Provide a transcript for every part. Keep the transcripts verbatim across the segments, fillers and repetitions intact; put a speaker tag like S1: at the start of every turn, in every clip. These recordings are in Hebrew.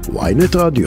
S1: וויינט רדיו.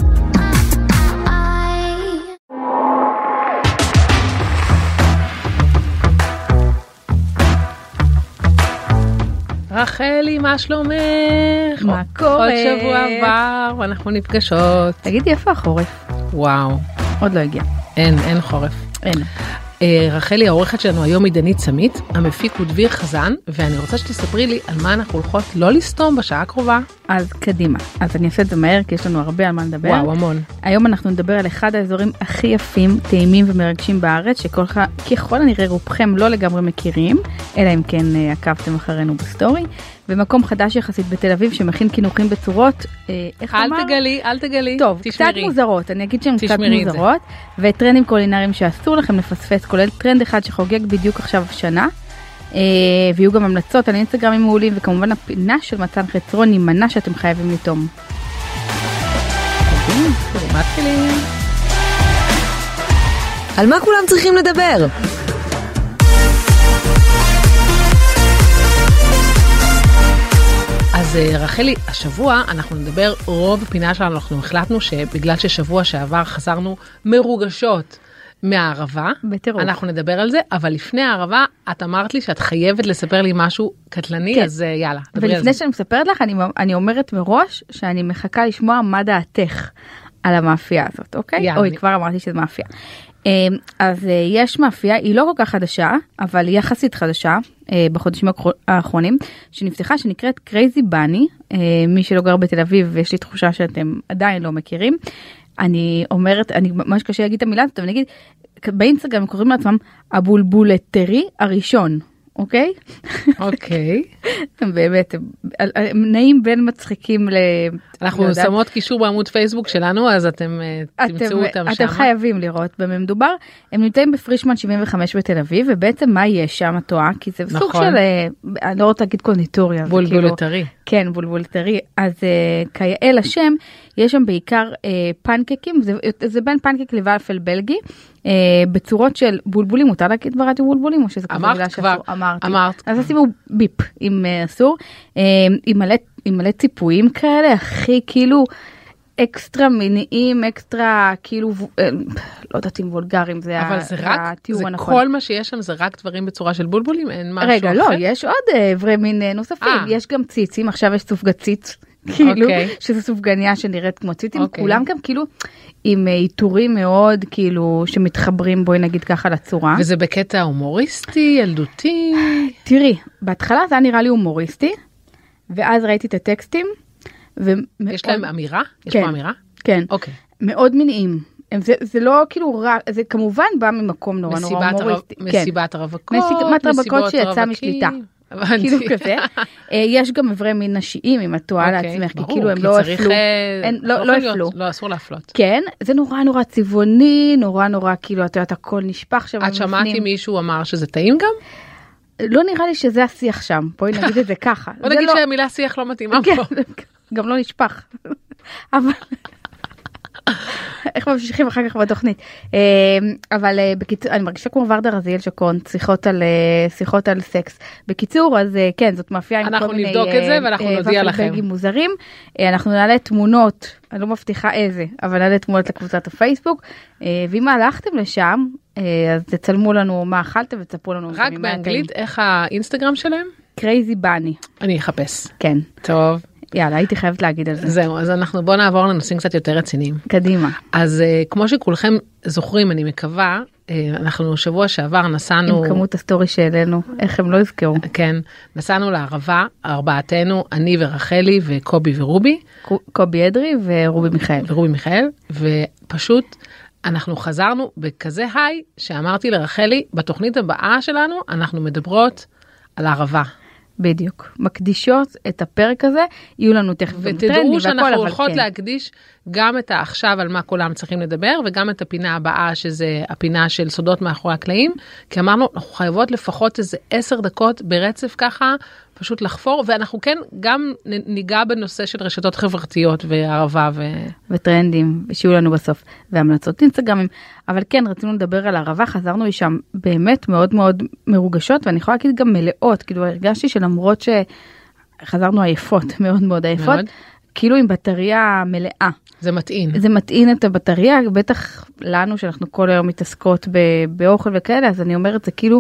S2: רחלי, מה שלומך?
S3: מה קורה?
S2: עוד שבוע עבר ואנחנו נפגשות.
S3: תגידי, איפה החורף?
S2: וואו.
S3: עוד לא הגיע.
S2: אין, אין חורף.
S3: אין.
S2: רחלי, העורכת שלנו היום היא דנית סמית, המפיק הוא דביר חזן, ואני רוצה שתספרי לי על מה אנחנו הולכות לא לסתום בשעה הקרובה.
S3: אז קדימה. אז אני אעשה את זה מהר, כי יש לנו הרבה על מה לדבר.
S2: וואו, המון.
S3: היום אנחנו נדבר על אחד האזורים הכי יפים, טעימים ומרגשים בארץ, שככל הנראה רובכם לא לגמרי מכירים, אלא אם כן עקבתם אחרינו בסטורי, ומקום חדש יחסית בתל אביב שמכין קינוחים בצורות, איך
S2: אל
S3: אמר?
S2: תגלי, אל תגלי.
S3: טוב,
S2: תשמרי.
S3: קצת מוזרות, אני אגיד שהן קצת
S2: תשמרי את
S3: מוזרות, וטרנדים קולינריים שאסור לכם לפספס, כולל טרנד אחד שחוגג בדיוק עכשיו שנה, ויהיו גם המלצות על אינסטגרמים מעולים, וכמובן הפינה של מצן חצרון נימנה שאתם חייבים לטעום.
S2: מתחילים.
S4: על מה כולם צריכים לדבר?
S2: אז רחלי, השבוע אנחנו נדבר, רוב פינה שלנו, אנחנו החלטנו שבגלל ששבוע שעבר חזרנו מרוגשות מהערבה,
S3: בטירוף.
S2: אנחנו נדבר על זה, אבל לפני הערבה את אמרת לי שאת חייבת לספר לי משהו קטלני, כן. אז יאללה, דברי על זה.
S3: ולפני שאני מספרת לך, אני, אני אומרת מראש שאני מחכה לשמוע מה דעתך על המאפייה הזאת, אוקיי?
S2: יאללה.
S3: אוי, כבר אמרתי שזה מאפייה. אז יש מאפייה, היא לא כל כך חדשה, אבל היא יחסית חדשה, בחודשים האחרונים, שנפתחה, שנקראת קרייזי בני, מי שלא גר בתל אביב, ויש לי תחושה שאתם עדיין לא מכירים. אני אומרת, אני ממש קשה להגיד את המילה הזאת, אבל נגיד, באינסטגרם הם קוראים לעצמם הבולבולטרי הראשון, אוקיי?
S2: אוקיי.
S3: הם באמת, הם נעים בין מצחיקים ל...
S2: אנחנו שמות קישור בעמוד פייסבוק שלנו, אז אתם תמצאו אותם שם.
S3: אתם חייבים לראות במה מדובר. הם נמצאים בפרישמן שבעים וחמש בתל אביב, ובעצם מה יש שם התואר? כי זה סוג של, אני לא רוצה להגיד קונדיטוריה.
S2: בולבולטרי.
S3: כן, בולבולטרי. אז כיאה לשם, יש שם בעיקר פנקקים, זה בין פנקק לוואפל בלגי, בצורות של בולבולים, מותר להגיד ברדיו בולבולים, או שזה כזה מילה שאסור? אמרתי.
S2: אמרת.
S3: אז עשימו ביפ עם אסור, עם מלא, עם מלא ציפויים כאלה, הכי כאילו אקסטרה מיניים, אקסטרה כאילו, לא יודעת אם וולגרים, זה
S2: אבל זה רק, זה כל מה שיש שם, זה רק דברים בצורה של בולבולים, אין משהו אחר?
S3: רגע, לא, יש עוד אברי מין נוספים, יש גם ציצים, עכשיו יש סופגציץ, כאילו, שזה סופגניה שנראית כמו ציצים, כולם גם כאילו עם עיטורים מאוד, כאילו, שמתחברים, בואי נגיד ככה, לצורה.
S2: וזה בקטע הומוריסטי, ילדותי?
S3: תראי, בהתחלה זה היה נראה לי הומוריסטי, ואז ראיתי את הטקסטים,
S2: יש להם אמירה? יש פה אמירה?
S3: כן.
S2: אוקיי.
S3: מאוד מיניים. זה, זה לא כאילו רע, זה כמובן בא ממקום נורא נורא הומוריסטי.
S2: מסיבת הרווקות,
S3: מסיבת רווקות שיצא משליטה. כאילו כזה. יש גם אברי מין נשיים, אם את טועה לעצמך, כי כאילו הם לא הפלו. לא הפלו.
S2: לא, אסור להפלות.
S3: כן, זה נורא נורא צבעוני, נורא נורא כאילו, את יודעת, הכל נשפך שם.
S2: את שמעת אם מישהו אמר שזה טעים גם?
S3: לא נראה לי שזה השיח שם, בואי נגיד את זה ככה.
S2: בוא נגיד שהמילה שיח לא מתאימה פה.
S3: גם לא נשפך. אבל... איך ממשיכים אחר כך בתוכנית. אבל בקיצור, אני מרגישה כמו ורדה רזיאל שקון, שיחות על, שיחות על סקס. בקיצור, אז כן, זאת מאפייה עם כל מיני...
S2: אנחנו נבדוק את זה ואנחנו נודיע לכם.
S3: מוזרים. אנחנו נעלה תמונות, אני לא מבטיחה איזה, אבל נעלה תמונות לקבוצת הפייסבוק, ואם הלכתם לשם, אז תצלמו לנו מה אכלתם ותספרו לנו.
S2: רק באנגלית, איך האינסטגרם שלהם?
S3: קרייזי בני.
S2: אני אחפש.
S3: כן.
S2: טוב.
S3: יאללה, הייתי חייבת להגיד על זה.
S2: זהו, אז אנחנו בוא נעבור לנושאים קצת יותר רציניים.
S3: קדימה.
S2: אז uh, כמו שכולכם זוכרים, אני מקווה, uh, אנחנו שבוע שעבר נסענו...
S3: עם כמות הסטורי שאלינו, איך הם לא יזכרו.
S2: כן, נסענו לערבה, ארבעתנו, אני ורחלי וקובי ורובי.
S3: קובי אדרי ורובי מיכאל.
S2: ורובי מיכאל, ופשוט אנחנו חזרנו בכזה היי, שאמרתי לרחלי, בתוכנית הבאה שלנו, אנחנו מדברות על הערבה.
S3: בדיוק. מקדישות את הפרק הזה, יהיו לנו תכף גם טרנדים והכל, אבל כן.
S2: ותדעו שאנחנו הולכות להקדיש גם את העכשיו על מה כולם צריכים לדבר, וגם את הפינה הבאה, שזה הפינה של סודות מאחורי הקלעים, כי אמרנו, אנחנו חייבות לפחות איזה עשר דקות ברצף ככה, פשוט לחפור, ואנחנו כן גם ניגע בנושא של רשתות חברתיות וערבה ו...
S3: וטרנדים, ושיהיו לנו בסוף, והמלצות אינסטגרמים, אבל כן, רצינו לדבר על ערבה, חזרנו לשם באמת מאוד מאוד מרוגשות, ואני יכולה להגיד גם מלאות, כאילו הרגשתי שלמרות שחזרנו עייפות, מאוד מאוד עייפות, מאוד. כאילו עם בטריה מלאה.
S2: זה מתאים.
S3: זה מתאים את הבטריה, בטח לנו שאנחנו כל היום מתעסקות באוכל וכאלה, אז אני אומרת, זה כאילו,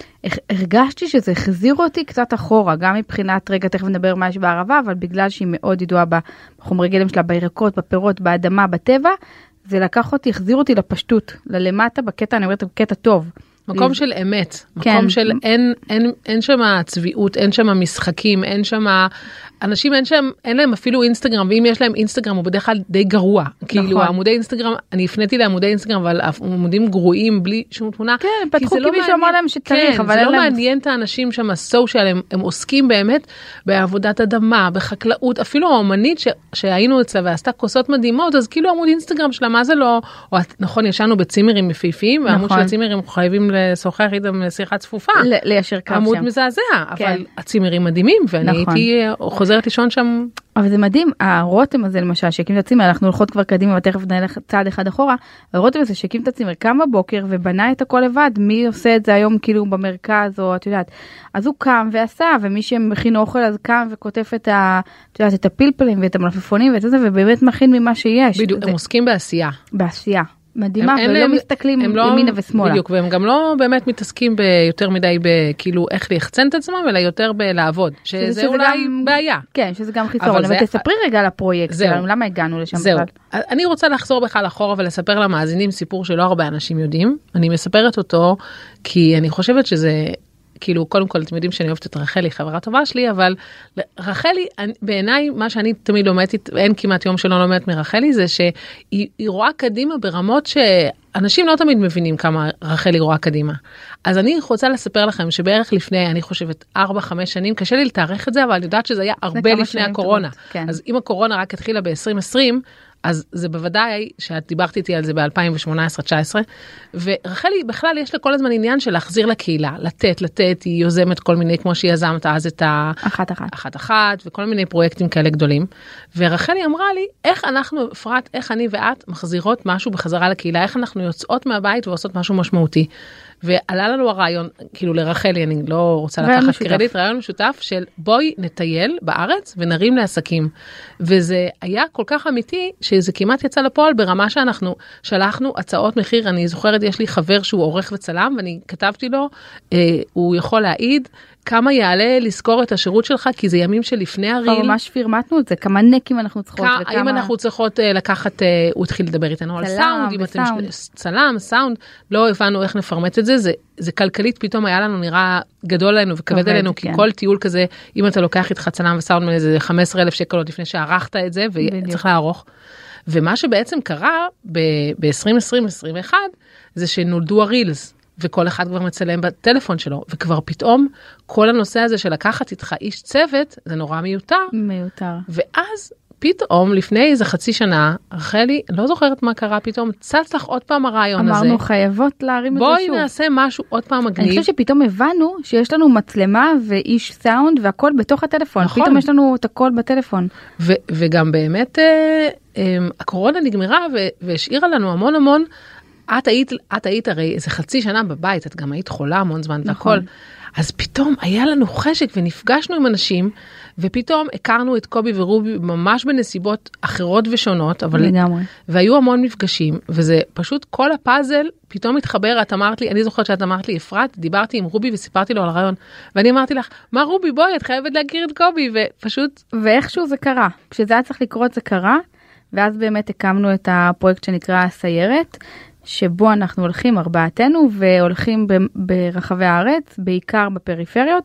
S3: הרגשתי שזה החזיר אותי קצת אחורה, גם מבחינת, רגע, תכף נדבר מה יש בערבה, אבל בגלל שהיא מאוד ידועה בחומרי גלם שלה, בירקות, בפירות, באדמה, בטבע, זה לקח אותי, החזיר אותי לפשטות, ללמטה, בקטע, אני אומרת, בקטע טוב.
S2: מקום של אמת,
S3: כן.
S2: מקום של אין, אין, אין שם צביעות, אין שם משחקים, אין שם, אנשים אין שם, אין להם אפילו אינסטגרם, ואם יש להם אינסטגרם הוא בדרך כלל די גרוע, נכון. כאילו עמודי אינסטגרם, אני הפניתי לעמודי אינסטגרם, אבל עמודים גרועים בלי שום תמונה,
S3: כן, פתחו כי מישהו אמר להם שצריך,
S2: כן,
S3: אבל
S2: זה לא
S3: להם...
S2: מעניין את האנשים שם, הסושיאל, הם, הם עוסקים באמת בעבודת אדמה, בחקלאות, אפילו האומנית ש, שהיינו אצלה ועשתה כוסות מדהימות, אז כאילו עמוד אינסטגרם שלה, מה זה לא, או, נכון, ישנו בצימרים יפיפיים, והעמוד של הצימרים חייבים לשוחח איתם שיחה צפופה.
S3: ליישר קו שם.
S2: עמוד מזעזע, אבל הצימרים מדהימים, ואני הייתי חוזרת לישון שם.
S3: אבל זה מדהים, הרותם הזה למשל, שהקים את הצימר, אנחנו הולכות כבר קדימה, ותכף נלך צעד אחד אחורה, הרותם הזה שהקים את הצימר, קם בבוקר ובנה את הכל לבד, מי עושה את זה היום כאילו במרכז, או את יודעת, אז הוא קם ועשה, ומי שמכין אוכל אז קם וכותב את ה, את יודעת, את הפלפלים ואת המלפפונים ואת זה, ובאמת מכין ממה שיש.
S2: בדיוק, הם עוסקים בעשייה.
S3: בעשייה. מדהימה,
S2: הם,
S3: ולא
S2: הם,
S3: מסתכלים
S2: הם
S3: ימינה
S2: לא,
S3: ושמאלה.
S2: בדיוק, והם גם לא באמת מתעסקים ביותר מדי בכאילו איך ליחצן את עצמם, אלא יותר בלעבוד, שזה, שזה אולי גם, בעיה.
S3: כן, שזה גם חיסרון, אבל, אבל תספרי רגע על הפרויקט שלנו, למה הגענו לשם
S2: זהו.
S3: בכלל?
S2: אני רוצה לחזור בכלל אחורה ולספר למאזינים סיפור שלא הרבה אנשים יודעים, אני מספרת אותו כי אני חושבת שזה... כאילו, קודם כל, אתם יודעים שאני אוהבת את רחלי, חברה טובה שלי, אבל רחלי, בעיניי, מה שאני תמיד לומדת, ואין כמעט יום שלא לומדת מרחלי, זה שהיא רואה קדימה ברמות שאנשים לא תמיד מבינים כמה רחלי רואה קדימה. אז אני רוצה לספר לכם שבערך לפני, אני חושבת, ארבע, חמש שנים, קשה לי לתארך את זה, אבל אני יודעת שזה היה הרבה לפני הקורונה.
S3: כן.
S2: אז אם הקורונה רק התחילה ב-עשרים עשרים, אז זה בוודאי שאת דיברת איתי על זה ב-אלפיים שמונה עשרה תשע עשרה, ורחלי בכלל יש לה כל הזמן עניין של להחזיר לקהילה, לתת, לתת, היא יוזמת כל מיני, כמו שהיא יזמת אז את ה...
S3: אחת אחת.
S2: אחת אחת, וכל מיני פרויקטים כאלה גדולים, ורחלי אמרה לי, איך אנחנו, אפרת, איך אני ואת מחזירות משהו בחזרה לקהילה, איך אנחנו יוצאות מהבית ועושות משהו משמעותי. ועלה לנו הרעיון, כאילו לרחלי, אני לא רוצה לקחת קרדיט, רעיון משותף של בואי נטייל בארץ ונרים לעסקים. וזה היה כל כך אמיתי, שזה כמעט יצא לפועל ברמה שאנחנו שלחנו הצעות מחיר, אני זוכרת, יש לי חבר שהוא עורך וצלם, ואני כתבתי לו, אה, הוא יכול להעיד, כמה יעלה לזכור את השירות שלך, כי זה ימים שלפני הריל.
S3: ממש פירמטנו את זה, כמה נקים אנחנו צריכות.
S2: כמה, האם אנחנו צריכות uh, לקחת, uh, הוא התחיל לדבר איתנו על סאונד, אם אתם צלם, סאונד, לא הבנו איך נפרמט את זה, זה, זה כלכלית פתאום היה לנו נראה גדול עלינו וכבד עלינו, כי כל טיול כזה, אם אתה לוקח איתך צלם וסאונד, זה חמישה עשר אלף שקל עוד לפני שערכת את זה, וצריך לערוך. ומה שבעצם קרה ב-עשרים עשרים עשרים ואחת, זה שנולדו הרילס. וכל אחד כבר מצלם בטלפון שלו, וכבר פתאום כל הנושא הזה של לקחת איתך איש צוות, זה נורא מיותר.
S3: מיותר.
S2: ואז פתאום, לפני איזה חצי שנה, רחלי, לא זוכרת מה קרה פתאום, צץ לך עוד פעם הרעיון הזה.
S3: אמרנו חייבות להרים את זה שוב.
S2: בואי נעשה משהו עוד פעם מגניב.
S3: אני חושבת שפתאום הבנו שיש לנו מצלמה ואיש סאונד והכל בתוך הטלפון.
S2: נכון.
S3: פתאום יש לנו את הכל בטלפון.
S2: ו- וגם באמת, אה, אה, הקורונה נגמרה ו- והשאירה לנו המון המון, את היית, את היית הרי איזה חצי שנה בבית, את גם היית חולה המון זמן והכל. אז פתאום היה לנו חשק ונפגשנו עם אנשים, ופתאום הכרנו את קובי ורובי ממש בנסיבות אחרות ושונות, אבל...
S3: לגמרי.
S2: והיו המון מפגשים, וזה פשוט כל הפאזל פתאום התחבר, את אמרת לי, אני זוכרת שאת אמרת לי, אפרת, דיברתי עם רובי וסיפרתי לו על הרעיון, ואני אמרתי לך, מה רובי, בואי, את חייבת להכיר את קובי, ופשוט...
S3: ואיכשהו זה קרה. כשזה היה צריך לקרות זה קרה, ואז באמת הקמנו את הפרויקט שנקרא הסיירת, שבו אנחנו הולכים ארבעתנו והולכים ברחבי הארץ, בעיקר בפריפריות,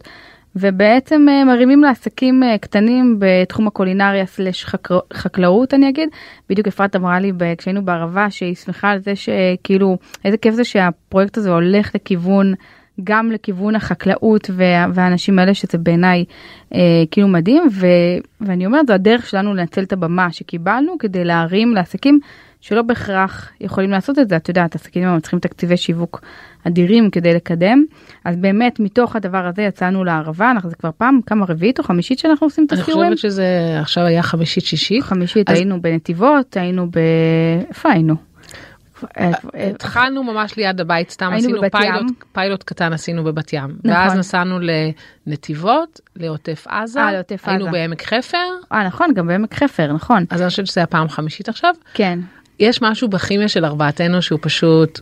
S3: ובעצם מרימים לעסקים קטנים בתחום הקולינריה סלש חקלאות, אני אגיד. בדיוק אפרת אמרה לי כשהיינו בערבה שהיא שמחה על זה שכאילו, איזה כיף זה שהפרויקט הזה הולך לכיוון, גם לכיוון החקלאות והאנשים האלה, שזה בעיניי אה, כאילו מדהים, ו, ואני אומרת, זו הדרך שלנו לנצל את הבמה שקיבלנו כדי להרים לעסקים שלא בהכרח יכולים לעשות את זה. את יודעת, עסקים הם צריכים תקציבי שיווק אדירים כדי לקדם, אז באמת מתוך הדבר הזה יצאנו לערבה, אנחנו זה כבר פעם כמה רביעית או חמישית שאנחנו עושים את הסיורים.
S2: אני חושבת שזה עכשיו היה חמישית שישית.
S3: חמישית, אז... היינו בנתיבות, היינו ב... איפה היינו?
S2: התחלנו ממש ליד הבית, סתם עשינו פיילוט, פיילוט קטן עשינו בבת ים, ואז נסענו לנתיבות, לעוטף עזה, היינו בעמק חפר.
S3: אה, נכון, גם בעמק חפר, נכון.
S2: אז אני חושבת שזה הפעם חמישית עכשיו.
S3: כן.
S2: יש משהו בכימיה של ארבעתנו שהוא פשוט...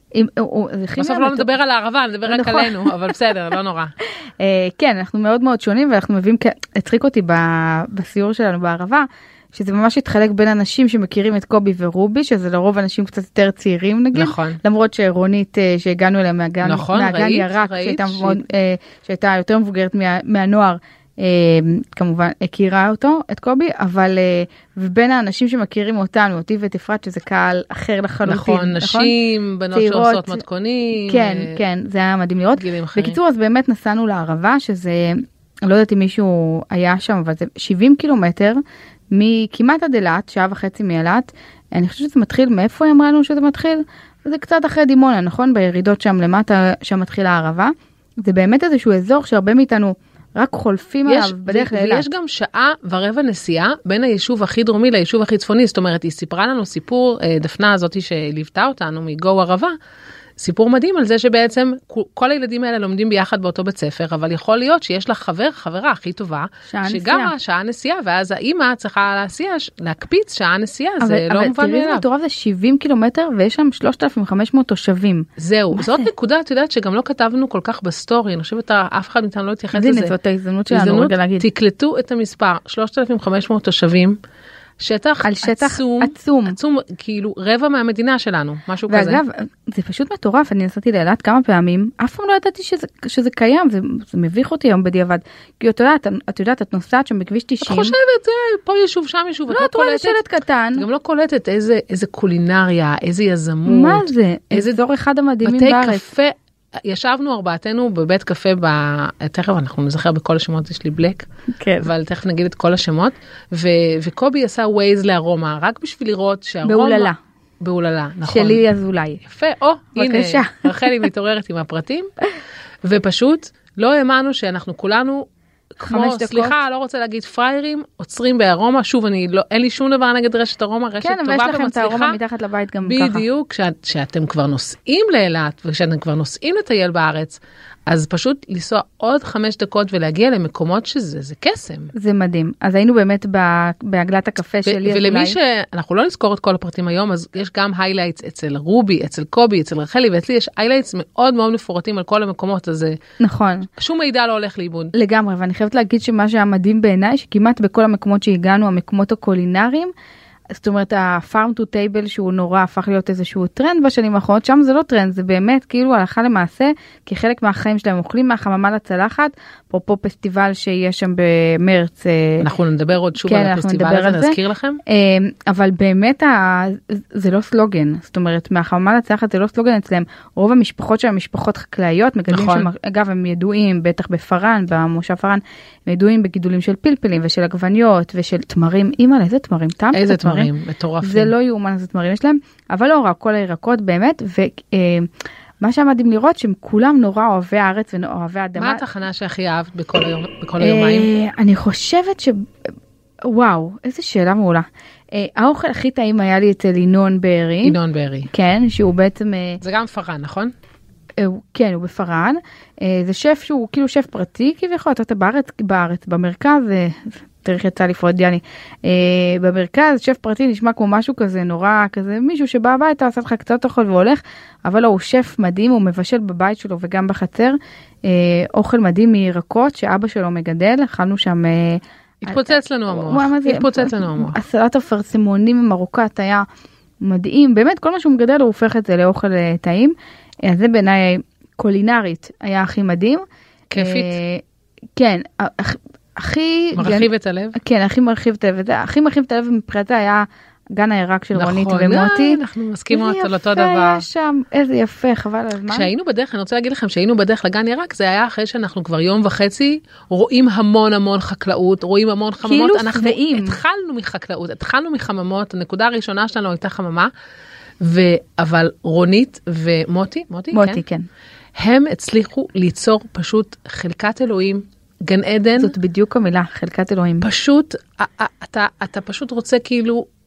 S2: בסוף לא נדבר על הערבה, נדבר רק עלינו, אבל בסדר, לא נורא.
S3: כן, אנחנו מאוד מאוד שונים, ואנחנו מביאים, הצחיק אותי בסיור שלנו בערבה, שזה ממש התחלק בין אנשים שמכירים את קובי ורובי, שזה לרוב אנשים קצת יותר צעירים נגיד,
S2: נכון.
S3: למרות שרונית שהגענו אליה מהגן,
S2: נכון,
S3: מהגן
S2: ראית,
S3: ירק,
S2: ראית,
S3: שהייתה,
S2: ש...
S3: מאוד, שהייתה יותר מבוגרת מה, מהנוער, כמובן הכירה אותו, את קובי, אבל ובין האנשים שמכירים אותנו, אותי ואת אפרת, שזה קהל אחר לחלוטין.
S2: נכון, נשים, בנות שעושות מתכונים.
S3: כן, כן, זה היה מדהים לראות. בקיצור, אז באמת נסענו לערבה, שזה, לא יודעת אם מישהו היה שם, אבל זה שבעים קילומטר, מכמעט עד אילת, שעה וחצי מאילת. אני חושבת שזה מתחיל, מאיפה היא אמרה לנו שזה מתחיל? זה קצת אחרי דימונה, נכון? בירידות שם למטה, שם מתחילה הערבה. זה באמת איזשהו אזור שהרבה מאיתנו רק חולפים עליו בדרך לאילת.
S2: ויש גם שעה ורבע נסיעה בין היישוב הכי דרומי ליישוב הכי צפוני. זאת אומרת, היא סיפרה לנו סיפור, דפנה הזאתי שליוותה אותנו מגו ערבה, סיפור מדהים על זה שבעצם כל הילדים האלה לומדים ביחד באותו בית ספר, אבל יכול להיות שיש לה חבר, חברה הכי טובה, שגם שעה נסיעה, ואז האמא צריכה להסיע, להקפיץ שעה נסיעה, זה לא מובן מאליו. אבל תראי,
S3: מטורף, זה שבעים קילומטר, ויש שם שלושת אלפים וחמש מאות תושבים.
S2: זהו, זאת נקודה, את יודעת שגם לא כתבנו כל כך בסטורי, אני חושבת, אף אחד מאיתנו לא התייחס לזה.
S3: זאת ההזדמנות שלנו, רגע להגיד.
S2: תקלטו את המספר, שלושת אלפים וחמש מאות תושבים, שטח,
S3: על שטח
S2: עצום,
S3: עצום,
S2: עצום, כאילו רבע מהמדינה שלנו, משהו
S3: ואגב,
S2: כזה.
S3: ואגב, זה פשוט מטורף, אני נסעתי לאילת כמה פעמים, אף פעם לא ידעתי שזה, שזה קיים, זה, זה מביך אותי היום בדיעבד, כי את יודעת, את יודעת, את נוסעת שם בכביש תשעים.
S2: את חושבת, פה יישוב, שם יישוב,
S3: לא,
S2: את לא
S3: את רואה
S2: קולטת,
S3: שלט קטן.
S2: את גם לא קולטת איזה, איזה קולינריה, איזה יזמות.
S3: מה זה?
S2: איזה
S3: אזור אחד המדהימים
S2: בתי
S3: בארץ.
S2: קפה, ישבנו ארבעתנו בבית קפה, ב... תכף אנחנו נזכר בכל השמות, יש לי בלק,
S3: כן.
S2: אבל תכף נגיד את כל השמות, ו... וקובי עשה ווייז לארומה, רק בשביל לראות שהארומה...
S3: באוללה.
S2: באוללה, נכון.
S3: שלי אז אולי.
S2: יפה, או,
S3: בבקשה.
S2: הנה, רחלי מתעוררת עם הפרטים, ופשוט לא האמנו שאנחנו כולנו, כמו, סליחה, לא רוצה להגיד פריירים, עוצרים בארומה, שוב, אני לא, אין לי שום דבר נגד רשת ארומה, רשת
S3: כן,
S2: טובה ומצליחה.
S3: כן, אבל יש לכם את הארומה מתחת לבית גם
S2: בדיוק,
S3: ככה.
S2: בדיוק, כשאתם כבר נוסעים לאילת, וכשאתם כבר נוסעים לטייל בארץ, אז פשוט לנסוע עוד חמש דקות ולהגיע למקומות שזה, זה קסם.
S3: זה מדהים. אז היינו באמת בעגלת הקפה שלי.
S2: ולמי שאנחנו לא נזכור את כל הפרטים היום, אז יש גם היילייטס אצל רובי, אצל קובי, אצל רחלי, ואצלי יש היילייטס מאוד מאוד מפורטים על כל המקומות, אז
S3: נכון.
S2: שום מידע לא הולך לאיבוד.
S3: לגמרי, ואני חייבת להגיד שמה שהיה מדהים בעיניי, שכמעט בכל המקומות שהגענו, המקומות הקולינריים, זאת אומרת, ה-farm to table שהוא נורא הפך להיות איזשהו טרנד בשנים האחרונות, שם זה לא טרנד, זה באמת כאילו הלכה למעשה, כי חלק מהחיים שלהם אוכלים מהחממה לצלחת, אפרופו פסטיבל שיש שם במרץ.
S2: אנחנו נדבר עוד שוב
S3: כן,
S2: על הפסטיבל הזה, נזכיר לכם.
S3: אבל באמת זה לא סלוגן, זאת אומרת, מהחממה לצלחת זה לא סלוגן אצלם, רוב המשפחות שם, משפחות חקלאיות, מגדלים שם, אגב, הם ידועים, בטח בפרן, במושב פרן, הם ידועים בגידולים של פלפלים ושל עגבניות ושל תמרים, אימא, איזה תמרים, טעם
S2: איזה תמרים. מטורפים.
S3: זה לא יאומן איזה תמרים יש להם, אבל לא רק כל הירקות באמת, ומה שמדהים לראות שהם כולם נורא אוהבי הארץ ואוהבי האדמה.
S2: מה התחנה שהכי אהבת בכל היום, בכל היומיים?
S3: אני חושבת ש... וואו, איזה שאלה מעולה. האוכל הכי טעים היה לי אצל ינון בארי.
S2: ינון בארי.
S3: כן, שהוא בעצם...
S2: זה גם פרן, נכון?
S3: כן, הוא בפרן. זה שף שהוא כאילו שף פרטי, כביכול, אתה בארץ, בארץ, במרכז, תאריך יצא לי פרודיאני, במרכז שף פרטי נשמע כמו משהו כזה נורא, כזה מישהו שבא הביתה, עושה לך קצת אוכל והולך, אבל לא, הוא שף מדהים, הוא מבשל בבית שלו וגם בחצר, אוכל מדהים מירקות שאבא שלו מגדל, אכלנו שם...
S2: התפוצץ לנו המוח, התפוצץ לנו המוח.
S3: הסלט הפרסימונים ממרוקת היה מדהים, באמת כל מה שהוא מגדל הוא הופך את זה לאוכל טעים, אז זה בעיניי קולינרית היה הכי מדהים.
S2: כיפית.
S3: כן, הכי...
S2: מרחיב את הלב?
S3: כן, הכי מרחיב את הלב. הכי מרחיב את הלב מבחינתה היה גן הירק של רונית ומוטי.
S2: אנחנו מסכימות על אותו דבר.
S3: איזה יפה היה שם, איזה יפה, חבל על הזמן.
S2: כשהיינו בדרך, אני רוצה להגיד לכם שהיינו בדרך לגן ירק, זה היה אחרי שאנחנו כבר יום וחצי רואים המון המון חקלאות, רואים המון חממות.
S3: כאילו שבעים.
S2: התחלנו מחקלאות, התחלנו מחממות, הנקודה הראשונה שלנו הייתה חממה, אבל רונית ומוטי, מוטי,
S3: מוטי, כן.
S2: הם הצליחו ליצור פשוט חלקת אלוהים, גן עדן.
S3: זאת בדיוק המילה, חלקת אלוהים.
S2: פשוט, אתה, אתה פשוט רוצה כאילו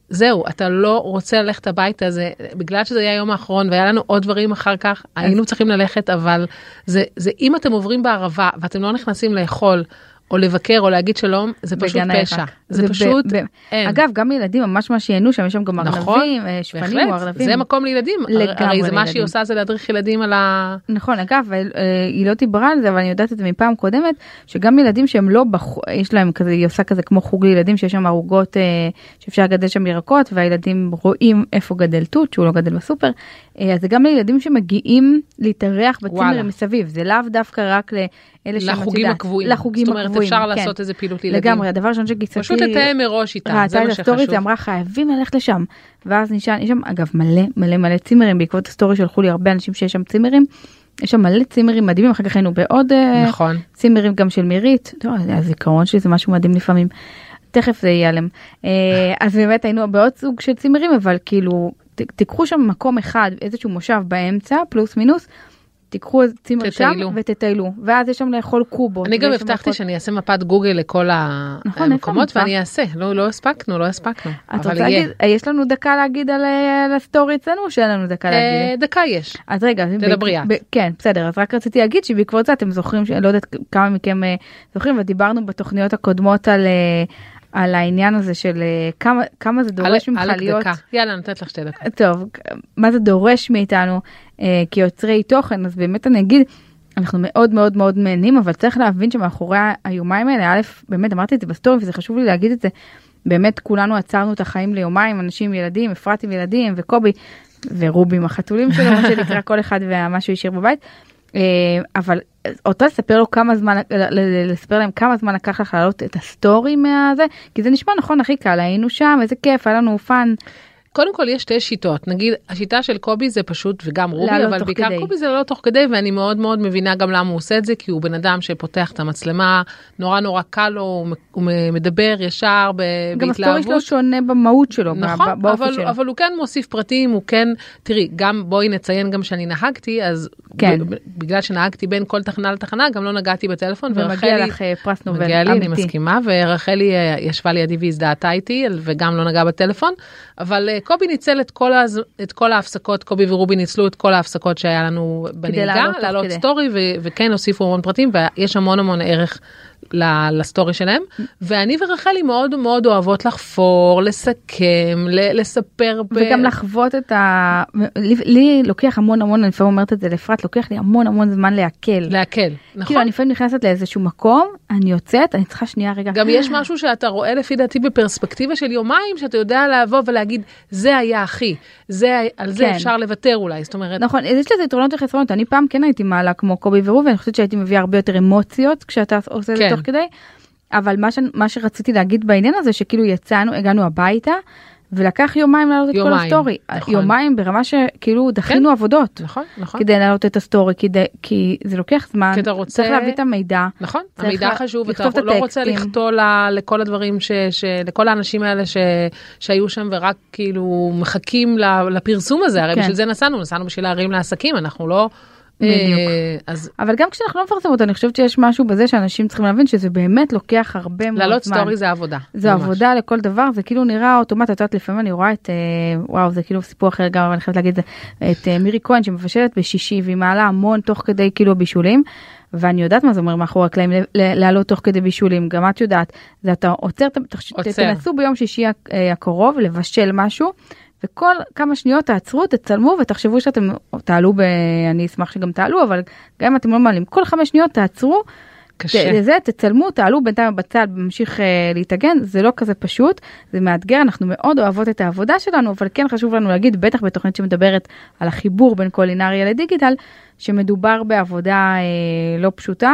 S2: זהו, אתה לא רוצה ללכת הביתה, זה, בגלל שזה היה היום האחרון, והיה לנו עוד דברים אחר כך, היינו צריכים ללכת, אבל זה, זה, אם אתם עוברים בערבה, ואתם לא נכנסים לאכול, או לבקר, או להגיד שלום, זה פשוט פשע. זה, זה פשוט, ב, ב, אין.
S3: אגב, גם ילדים ממש ממש ייהנו שם, יש שם גם
S2: נכון,
S3: ארנבים, שפנים או ארנבים.
S2: זה מקום לילדים. הרי זה מה שהיא עושה, זה להדריך ילדים על ה...
S3: נכון, אגב, היא לא דיברה על זה, אבל אני יודעת את זה מפעם קודמת, שגם ילדים שהם לא, בח... יש להם כזה, היא עושה כזה כמו חוג לילדים, שיש שם ערוגות, שאפשר לגדל שם ירקות, והילדים רואים איפה גדל תות, שהוא לא גדל בסופר. אז זה גם לילדים שמגיעים להתארח בצימרים מסביב, זה לאו דווקא רק ל...
S2: לחוגים הקבועים.
S3: לחוגים
S2: הקבועים. זאת אומרת, אפשר
S3: כן.
S2: לעשות איזה פעילות לילדים.
S3: לגמרי, הדבר ראשון שגיסתי...
S2: פשוט לתאם מראש איתה, זה מה שחשוב.
S3: היא אמרה, חייבים ללכת לשם. ואז נשאר, יש שם, אגב, מלא, מלא, מלא צימרים, בעקבות הסטורי שלחו לי הרבה אנשים שיש שם צימרים. יש שם מלא צימרים מדהימים, אחר כך היינו בעוד
S2: נכון.
S3: צימרים גם של מירית. טוב, הזיכרון שלי זה משהו מדהים לפעמים. תכף זה ייעלם. אז באמת היינו בעוד סוג של צימרים, אבל כאילו, תיקחו שם מקום אחד, איזשהו מושב באמצע, פלוס מינוס, תיקחו צימר שם ותטיילו, ואז יש שם לאכול קובות.
S2: אני גם הבטחתי שאני אעשה מפת גוגל לכל המקומות, ואני אעשה. לא הספקנו, לא הספקנו.
S3: את רוצה להגיד, יש לנו דקה להגיד על הסטורי אצלנו, או שאין לנו דקה להגיד?
S2: דקה יש.
S3: אז רגע.
S2: תדברי את.
S3: כן, בסדר, אז רק רציתי להגיד שבעקבות זה אתם זוכרים, לא יודעת כמה מכם זוכרים, ודיברנו בתוכניות הקודמות על... על העניין הזה של כמה, כמה זה דורש ממך להיות...
S2: דקה. יאללה, נתת לך שתי דקות.
S3: טוב, מה זה דורש מאיתנו אה, כיוצרי תוכן, אז באמת אני אגיד, אנחנו מאוד מאוד מאוד מעניינים, אבל צריך להבין שמאחורי היומיים האלה, א', באמת אמרתי את זה בסטורי, וזה חשוב לי להגיד את זה, באמת כולנו עצרנו את החיים ליומיים, אנשים ילדים, אפרת עם ילדים, וקובי, ורובי עם החתולים שלו, מה שנקרא כל אחד ומה שהוא השאיר בבית, אבל אותו לספר לו כמה זמן, לספר להם כמה זמן לקח לך לעלות את הסטורי מהזה, כי זה נשמע נכון הכי קל, היינו שם, איזה כיף, היה לנו פן.
S2: קודם כל יש שתי שיטות, נגיד השיטה של קובי זה פשוט וגם רובי, אבל בעיקר כדי. קובי זה לא תוך כדי, ואני מאוד מאוד מבינה גם למה הוא עושה את זה, כי הוא בן אדם שפותח את המצלמה, נורא נורא קל לו, הוא מדבר ישר בהתלהבות.
S3: גם הסטורי שלו שונה במהות שלו,
S2: נכון,
S3: באופן
S2: אבל,
S3: שלו.
S2: אבל הוא כן מוסיף פרטים, הוא כן, תראי, גם בואי נציין גם שאני נהגתי, אז
S3: כן.
S2: בגלל שנהגתי בין כל תחנה לתחנה, גם לא נגעתי בטלפון,
S3: ומגיע לך פרס נובל,
S2: מגיע לי, אני מסכימה, ורחלי ישבה לידי והזדהתה איתי, וגם לא נגעה בטלפון, אבל קובי ניצל את כל, הז... את כל ההפסקות, קובי ורובי ניצלו את כל ההפסקות שהיה לנו בנהיגה, לעלות סטורי, ו... וכן הוסיפו המון פרטים, ויש המון המון ערך לסטורי שלהם, ואני ורחלי מאוד מאוד אוהבות לחפור, לסכם, לספר.
S3: וגם לחוות את ה... לי לוקח המון המון, אני לפעמים אומרת את זה לפרט, לוקח לי המון המון זמן להקל.
S2: להקל, נכון.
S3: כאילו אני לפעמים נכנסת לאיזשהו מקום, אני יוצאת, אני צריכה שנייה רגע.
S2: גם יש משהו שאתה רואה לפי דעתי בפרספקטיבה של יומיים, שאתה יודע לבוא ולהגיד, זה היה אחי, זה, על זה אפשר לוותר אולי, זאת אומרת.
S3: נכון, יש לזה יתרונות וחסרונות, אני פעם כן הייתי מעלה כמו קובי ורובי, אני חושבת שהייתי מביאה הרבה יותר אמוציות כשאתה עושה את זה תוך כדי, אבל מה, ש... מה שרציתי להגיד בעניין הזה, שכאילו יצאנו, הגענו הביתה, ולקח יומיים לעלות את כל הסטורי. נכון. יומיים ברמה שכאילו דחינו כן. עבודות.
S2: נכון, נכון.
S3: כדי לעלות את הסטורי, כדי, כי זה לוקח זמן.
S2: כי אתה רוצה...
S3: צריך להביא את המידע.
S2: נכון, המידע לה... חשוב, אתה לא רוצה לכתוב ל... לכל הדברים, ש... ש... לכל האנשים האלה ש... שהיו שם, ורק כאילו מחכים לפרסום הזה, הרי כן. בשביל זה נסענו, נסענו בשביל להרים לעסקים, אנחנו לא...
S3: אז... אבל גם כשאנחנו לא מפרסם אותו, אני חושבת שיש משהו בזה שאנשים צריכים להבין שזה באמת לוקח הרבה מאוד זמן.
S2: לעלות סטורי זה עבודה.
S3: זה עבודה לכל דבר, זה כאילו נראה אוטומט, את יודעת, לפעמים אני רואה את, וואו, זה כאילו סיפור אחר גם, אבל אני חייבת להגיד את מירי כהן שמבשלת בשישי, והיא מעלה המון תוך כדי כאילו בישולים, ואני יודעת מה זה אומר מאחורי הקלעים, לעלות תוך כדי בישולים, גם את יודעת, זה אתה עוצר, תנסו ביום שישי הקרוב לבשל משהו, וכל כמה שניות תעצרו, תצלמו ותחשבו שאתם תעלו, ב... אני אשמח שגם תעלו, אבל גם אם אתם לא מעלים, כל חמש שניות תעצרו,
S2: קשה.
S3: לזה תצלמו, תעלו בינתיים בצד, ממשיך uh, להתאגן, זה לא כזה פשוט, זה מאתגר, אנחנו מאוד אוהבות את העבודה שלנו, אבל כן חשוב לנו להגיד, בטח בתוכנית שמדברת על החיבור בין קולינריה לדיגיטל, שמדובר בעבודה uh, לא פשוטה,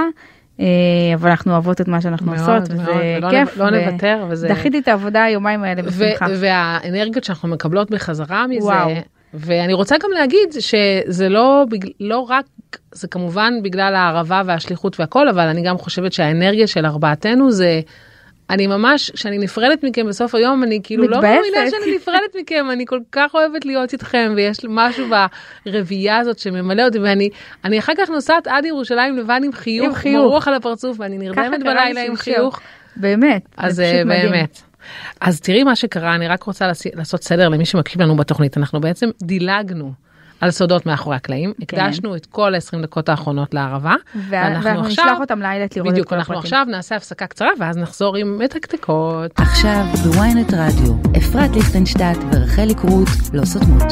S3: אבל אנחנו אוהבות את מה שאנחנו עושות, וזה כיף.
S2: לא נוותר.
S3: דחיתי את העבודה היומיים האלה בשמחה.
S2: והאנרגיות שאנחנו מקבלות בחזרה מזה, ואני רוצה גם להגיד שזה לא רק, זה כמובן בגלל הערבה והשליחות והכל, אבל אני גם חושבת שהאנרגיה של ארבעתנו זה, אני ממש, כשאני נפרדת מכם בסוף היום, אני כאילו לא מאמינה שאני נפרדת מכם, אני כל כך אוהבת להיות איתכם, ויש משהו ברבייה הזאת שממלא אותי, ואני אני אחר כך נוסעת עד ירושלים לבן עם חיוך, מרוח על הפרצוף, ואני נרדמת בלילה עם חיוך.
S3: באמת.
S2: אז באמת. אז תראי מה שקרה, אני רק רוצה לעשות סדר למי שמקשיב לנו בתוכנית. אנחנו בעצם דילגנו על סודות מאחורי הקלעים, הקדשנו את כל ה-עשרים דקות האחרונות לערבה,
S3: ואנחנו נשלח אותם ליילת לראות את כל הפרטים.
S2: בדיוק, אנחנו עכשיו נעשה הפסקה קצרה, ואז נחזור עם מתקתקות.
S4: עכשיו בוויינט רדיו, אפרת ליכטנשטט ורחלי קרוט לא סותמות.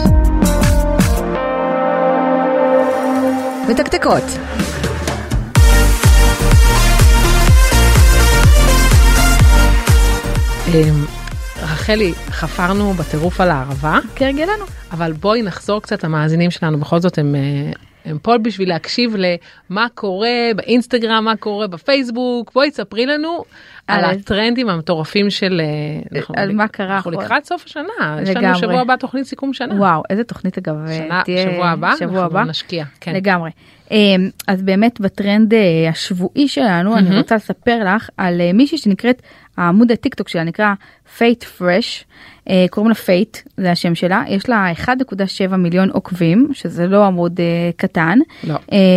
S4: מתקתקות.
S2: רחלי, חפרנו בטירוף על הערבה.
S3: כהרגלנו.
S2: אבל בואי נחזור קצת, המאזינים שלנו, בכל זאת הם, הם פה בשביל להקשיב למה קורה באינסטגרם, מה קורה בפייסבוק. בואי תספרי לנו על הטרנדים המטורפים של...
S3: על מה קרה.
S2: אנחנו לקראת סוף השנה. יש לנו שבוע הבא תוכנית סיכום שנה.
S3: וואו, איזה תוכנית אגב.
S2: שבוע הבא, אנחנו נשקיע.
S3: לגמרי. אז באמת בטרנד השבועי שלנו, אני רוצה לספר לך על מישהי שנקראת, העמוד הטיקטוק שלה נקרא פייט פרש, קוראים לה פייט, זה השם שלה, יש לה אחד נקודה שבע מיליון עוקבים, שזה לא עמוד קטן,
S2: לא.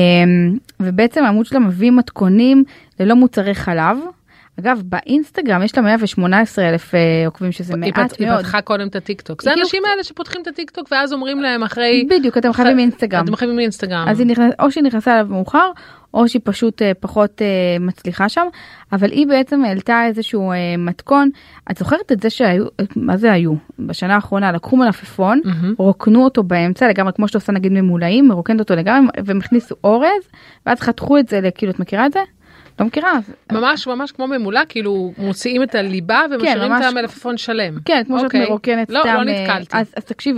S3: ובעצם העמוד שלה מביא מתכונים ללא מוצרי חלב, אגב, באינסטגרם יש לה מאה ושמונה עשרה אלף עוקבים, שזה מעט מאוד.
S2: היא פתחה קודם את הטיקטוק. זה האנשים האלה שפותחים את הטיקטוק, ואז אומרים להם אחרי...
S3: בדיוק, אתם חייבים מאינסטגרם.
S2: אתם חייבים מאינסטגרם.
S3: אז או שהיא נכנסה אליו מאוחר, או שהיא פשוט פחות מצליחה שם, אבל היא בעצם העלתה איזשהו מתכון. את זוכרת את זה שהיו, מה זה היו? בשנה האחרונה לקחו מלפפון, רוקנו אותו באמצע, לגמרי כמו שאתה עושה נגיד ממולאים, מרוקנת אותו לגמרי, והם הכניסו אורז, ואז חתכו את זה, כאילו, את מכירה את זה? לא מכירה.
S2: ממש ממש כמו ממולה, כאילו מוציאים את הליבה ומשאירים את המלפפון שלם.
S3: כן, כמו שאת מרוקנת סתם.
S2: לא, לא נתקלתי.
S3: אז תקשיבי,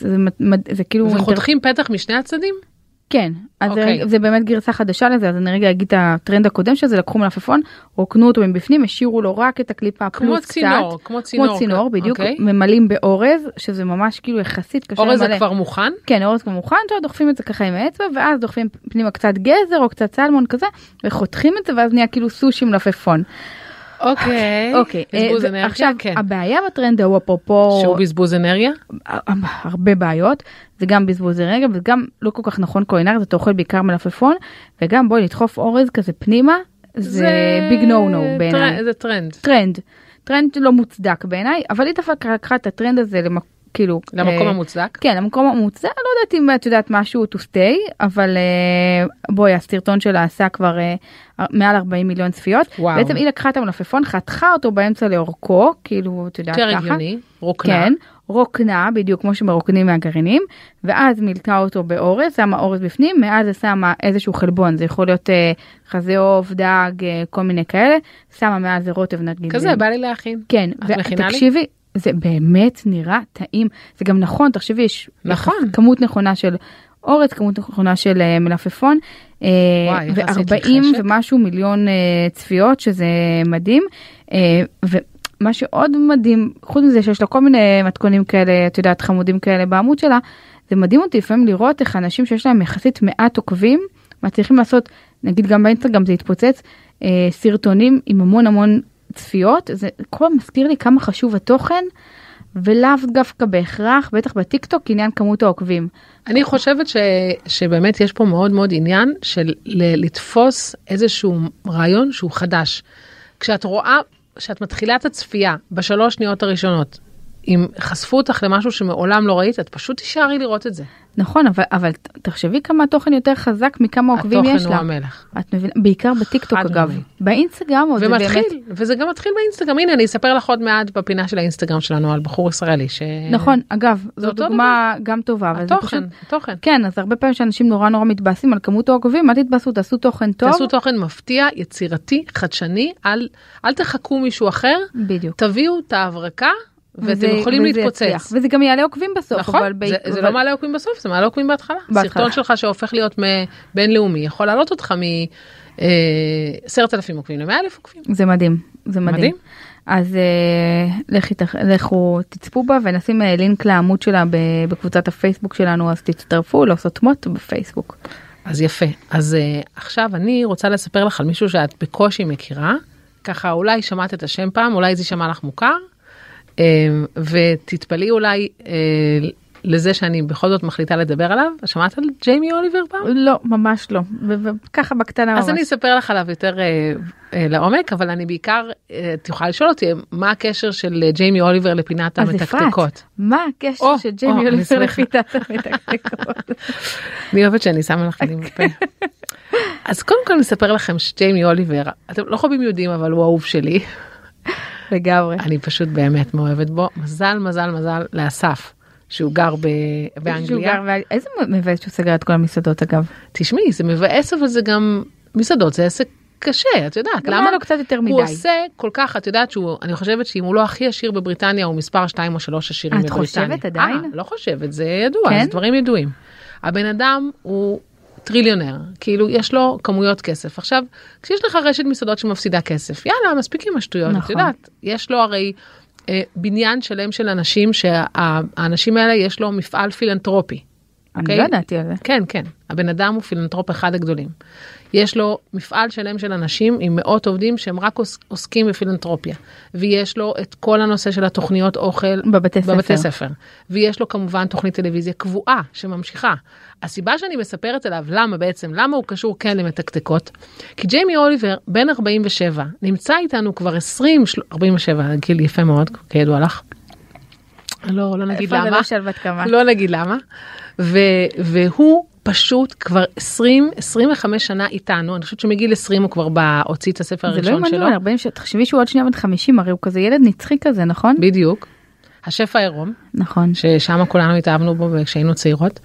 S3: זה כאילו...
S2: וחותכים פתח משני הצדדים?
S3: כן, אז זה באמת גרסה חדשה לזה, אז אני רגע אגיד את הטרנד הקודם שזה, לקחו מלפפון, רוקנו אותו מבפנים, השאירו לו רק את הקליפה פלוס קצת.
S2: כמו צינור.
S3: כמו צינור, בדיוק, ממלאים באורז, שזה ממש כאילו יחסית קשה למלא.
S2: אורז זה כבר מוכן?
S3: כן, אורז כבר מוכן, דוחפים את זה ככה עם האצבע, ואז דוחפים פנימה קצת גזר או קצת סלמון כזה, וחותכים את זה, ואז נהיה כאילו סושי מלפפון.
S2: אוקיי,
S3: אוקיי.
S2: בזבוז אנרגיה,
S3: עכשיו,
S2: כן.
S3: הבעיה בטרנד הוא אפרופו...
S2: שהוא בזבוז אנרגיה?
S3: הרבה בעיות, זה גם בזבוז אנרגיה, וגם לא כל כך נכון קולינרי, אתה אוכל בעיקר מלפפון, וגם בואי לדחוף אורז כזה פנימה, זה ביג נו נו בעיניי.
S2: זה טרנד.
S3: טרנד. טרנד לא מוצדק בעיניי, אבל היא דווקא לקחה את הטרנד הזה למקום, כאילו...
S2: למקום המוצדק?
S3: כן, למקום המוצדק, לא יודעת אם את יודעת משהו to stay, אבל בואי, הסרטון שלה עשה כבר מעל ארבעים מיליון צפיות. וואו. בעצם היא לקחה את המלפפון, חתכה אותו באמצע לאורכו, כאילו, את יודעת ככה.
S2: יותר הגיוני, רוקנה.
S3: כן, רוקנה, בדיוק כמו שמרוקנים מהגרעינים, ואז מילתה אותו באורז, שמה אורז בפנים, מאז זה שמה איזשהו חלבון, זה יכול להיות חזה עוף, דג, כל מיני כאלה, שמה מאז זה רוטב נגיד.
S2: כזה, בא לי להכין.
S3: כן, ותקשיבי, זה באמת נראה טעים, זה גם נכון, תחשבי, יש
S2: נכון.
S3: כמות נכונה של אורז, כמות נכונה של מלפפון, ו-ארבעים ומשהו מיליון צפיות, שזה מדהים, ומה שעוד מדהים, חוץ מזה שיש לה כל מיני מתכונים כאלה, את יודעת, חמודים כאלה בעמוד שלה, זה מדהים אותי לפעמים לראות איך אנשים שיש להם יחסית מעט עוקבים, מצליחים לעשות, נגיד גם באינסטגרם זה התפוצץ, סרטונים עם המון המון צפיות, זה כל מזכיר לי כמה חשוב התוכן, ולאו דווקא בהכרח, בטח בטיקטוק, עניין כמות העוקבים.
S2: אני חושבת ש, שבאמת יש פה מאוד מאוד עניין של לתפוס איזשהו רעיון שהוא חדש. כשאת רואה, כשאת מתחילה את הצפייה בשלוש שניות הראשונות, אם חשפו אותך למשהו שמעולם לא ראית, את פשוט תישארי לראות את זה.
S3: נכון, אבל, אבל תחשבי כמה התוכן יותר חזק מכמה עוקבים יש לה.
S2: התוכן הוא המלך.
S3: את מבינה, בעיקר בטיקטוק אגב. באינסטגרם עוד זה באמת...
S2: ומתחיל, וזה גם מתחיל באינסטגרם. הנה, אני אספר לך עוד מעט בפינה של האינסטגרם שלנו על בחור ישראלי ש...
S3: נכון, אגב, זו דוגמה דבר. גם טובה.
S2: התוכן,
S3: פשוט...
S2: התוכן.
S3: כן, אז הרבה פעמים שאנשים נורא נורא מתבאסים על כמות העוקבים, אל תתבאסו, תעשו תוכן טוב.
S2: תעשו תוכן מפתיע, יצירתי, חדשני, אל, אל תחכו מישהו אחר.
S3: בדיוק.
S2: תביאו את ההברקה. ואתם יכולים להתפוצץ.
S3: וזה גם יעלה עוקבים בסוף.
S2: נכון, זה לא מעלה עוקבים בסוף, זה מעלה עוקבים בהתחלה. סרטון שלך שהופך להיות בינלאומי, יכול לעלות אותך מ-עשרת אלפים עוקבים ל-מאה אלף עוקבים.
S3: זה מדהים, זה מדהים. אז לכו תצפו בה ונשים לינק לעמוד שלה בקבוצת הפייסבוק שלנו, אז תצטרפו, לא סותמות בפייסבוק.
S2: אז יפה. אז עכשיו אני רוצה לספר לך על מישהו שאת בקושי מכירה, ככה אולי שמעת את השם פעם, אולי זה שמע לך מוכר, ותתפלאי אולי לזה שאני בכל זאת מחליטה לדבר עליו. שמעת על ג'יימי אוליבר פעם?
S3: לא, ממש לא. וככה בקטנה ממש.
S2: אז אני אספר לך עליו יותר אה, אה, לעומק, אבל אני בעיקר, אה, תוכל לשאול אותי, מה הקשר של ג'יימי אוליבר לפינת המתקתקות? אז אפרת,
S3: מה הקשר
S2: או,
S3: של ג'יימי
S2: או,
S3: אוליבר לפינת המתקתקות?
S2: אני אוהבת שאני שמה לך מילים בפה. אז קודם כל נספר לכם שג'יימי אוליבר, אתם לא חובים יודעים, אבל הוא אהוב שלי.
S3: לגמרי.
S2: אני פשוט באמת מאוהבת בו. מזל, מזל, מזל לאסף, שהוא גר באנגליה.
S3: איזה מבאס שהוא סגר את כל המסעדות אגב?
S2: תשמעי, זה מבאס, אבל זה גם מסעדות, זה עסק קשה, את יודעת.
S3: למה לו קצת יותר מדי?
S2: הוא עושה כל כך, את יודעת שהוא, אני חושבת שאם הוא לא הכי עשיר בבריטניה, הוא מספר שתיים או שלוש עשירים בבריטניה.
S3: את חושבת עדיין?
S2: לא חושבת, זה ידוע, זה דברים ידועים. הבן אדם הוא טריליונר, כאילו יש לו כמויות כסף. עכשיו, כשיש לך רשת מסעדות שמפסידה כסף, יאללה, מספיק עם השטויות, נכון. את יודעת, יש לו הרי אה, בניין שלם של אנשים, שהאנשים האלה יש לו מפעל פילנטרופי.
S3: אני okay? לא ידעתי על זה.
S2: כן, כן, הבן אדם הוא פילנטרופ אחד הגדולים. יש לו מפעל שלם של אנשים עם מאות עובדים שהם רק עוסקים בפילנטרופיה. ויש לו את כל הנושא של התוכניות אוכל
S3: בבתי ספר.
S2: בבתי ספר. ויש לו כמובן תוכנית טלוויזיה קבועה שממשיכה. הסיבה שאני מספרת עליו, למה בעצם, למה הוא קשור כן למתקתקות? כי ג'יימי אוליבר, בן ארבעים ושבע, נמצא איתנו כבר עשרים, ארבעים ושבע, גיל יפה מאוד, כידוע לך. לא, לא נגיד למה.
S3: לא שלוות כמה.
S2: לא נגיד למה. ו, והוא פשוט כבר עשרים, עשרים וחמש שנה איתנו, אני חושבת שמגיל עשרים הוא כבר הוציא את הספר הראשון שלו. זה לא
S3: ימנו, ארבעים, תחשבי שהוא עוד שנייה בן חמישים, הרי הוא כזה ילד נצחי כזה, נכון?
S2: בדיוק. השף העירום.
S3: נכון.
S2: ששם כולנו התאהבנו בו כשהיינו צעירות.